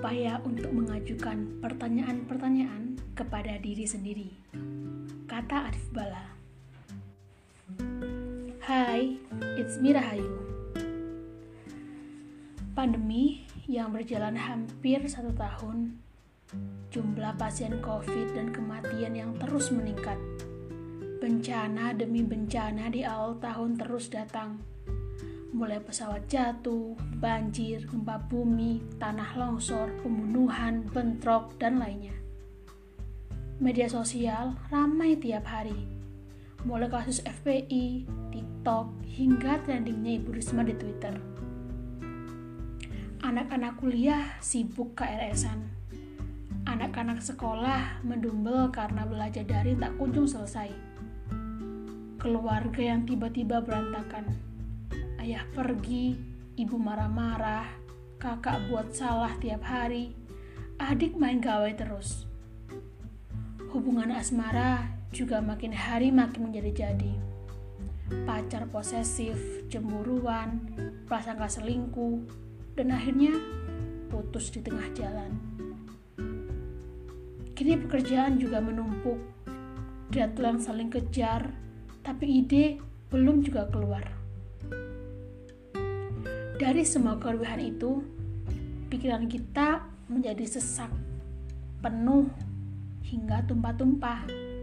berupaya untuk mengajukan pertanyaan-pertanyaan kepada diri sendiri, kata Arif Bala. Hai, it's me Rahayu. Pandemi yang berjalan hampir 1 tahun, jumlah pasien COVID dan kematian yang terus meningkat. Bencana demi bencana di awal tahun terus datang. Mulai pesawat jatuh, banjir, gempa bumi, tanah longsor, pembunuhan, bentrok, dan lainnya. Media sosial ramai tiap hari. Mulai kasus FPI, TikTok, hingga trendingnya Ibu Risma di Twitter. Anak-anak kuliah sibuk KRS-an. Anak-anak sekolah mendumbel karena belajar daring tak kunjung selesai. Keluarga yang tiba-tiba berantakan. Ayah pergi, ibu marah-marah, kakak buat salah tiap hari, adik main gawai terus. Hubungan asmara juga makin hari makin menjadi-jadi. Pacar posesif, cemburuan, prasangka selingkuh, dan akhirnya putus di tengah jalan. Kini pekerjaan juga menumpuk, deadline saling kejar, tapi ide belum juga keluar. Dari semua kerugian itu, pikiran kita menjadi sesak, penuh, hingga tumpah-tumpah.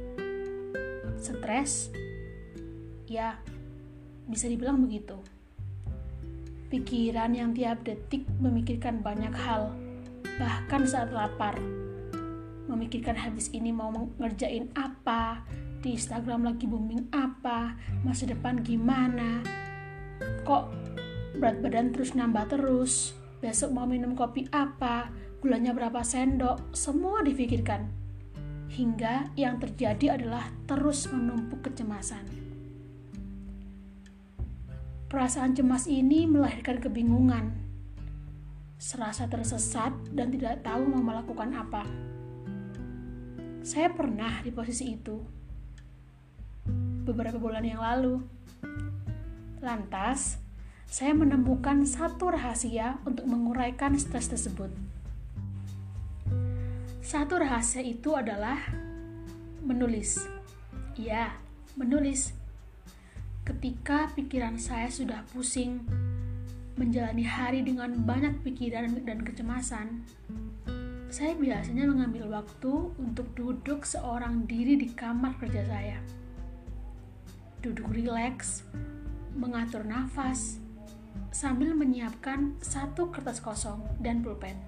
Stres? Ya, bisa dibilang begitu. Pikiran yang tiap detik memikirkan banyak hal, bahkan saat lapar. Memikirkan habis ini mau ngerjain apa, di Instagram lagi booming apa, masa depan gimana, kok berat badan terus nambah terus, besok mau minum kopi apa, gulanya berapa sendok, semua difikirkan. Hingga yang terjadi adalah terus menumpuk kecemasan. Perasaan cemas ini melahirkan kebingungan, serasa tersesat dan tidak tahu mau melakukan apa. Saya pernah di posisi itu beberapa bulan yang lalu. Lantas, saya menemukan satu rahasia untuk menguraikan stres tersebut. Satu rahasia itu adalah menulis. Ya, menulis. Ketika pikiran saya sudah pusing, menjalani hari dengan banyak pikiran dan kecemasan, saya biasanya mengambil waktu untuk duduk seorang diri di kamar kerja saya. Duduk rileks, mengatur nafas, sambil menyiapkan satu kertas kosong dan pulpen.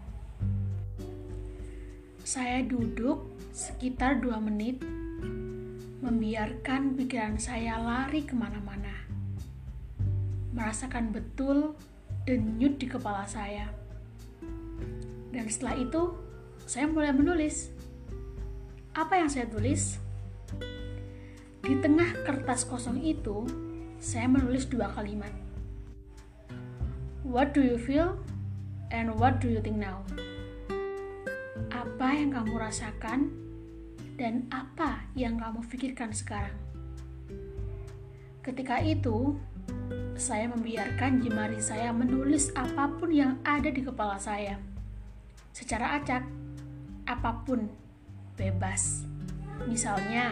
Saya duduk sekitar 2 menit, membiarkan pikiran saya lari kemana-mana. Merasakan betul denyut di kepala saya. Dan setelah itu, saya mulai menulis. Apa yang saya tulis? Di tengah kertas kosong itu, saya menulis 2 kalimat. What do you feel and what do you think now? Apa yang kamu rasakan dan apa yang kamu pikirkan sekarang? Ketika itu, saya membiarkan jemari saya menulis apapun yang ada di kepala saya. Secara acak, apapun, bebas. Misalnya,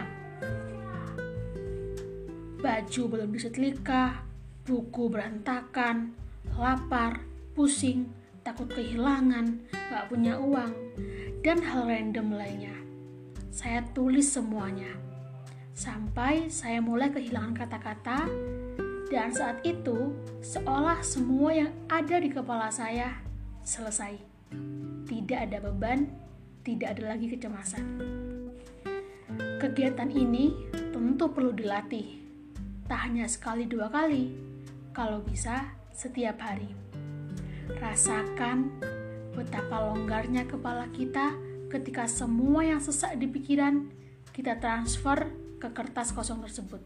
baju belum disetrika, buku berantakan, lapar, pusing, takut kehilangan, gak punya uang, dan hal random lainnya. Saya tulis semuanya, sampai saya mulai kehilangan kata-kata, dan saat itu, seolah semua yang ada di kepala saya selesai. Tidak ada beban, tidak ada lagi kecemasan. Kegiatan ini tentu perlu dilatih, tak hanya sekali 2 kali, kalau bisa setiap hari. Rasakan betapa longgarnya kepala kita ketika semua yang sesak di pikiran kita transfer ke kertas kosong tersebut.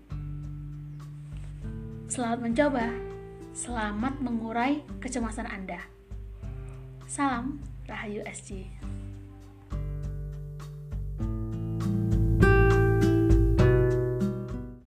Selamat mencoba, selamat mengurai kecemasan Anda. Salam Rahayu SJ.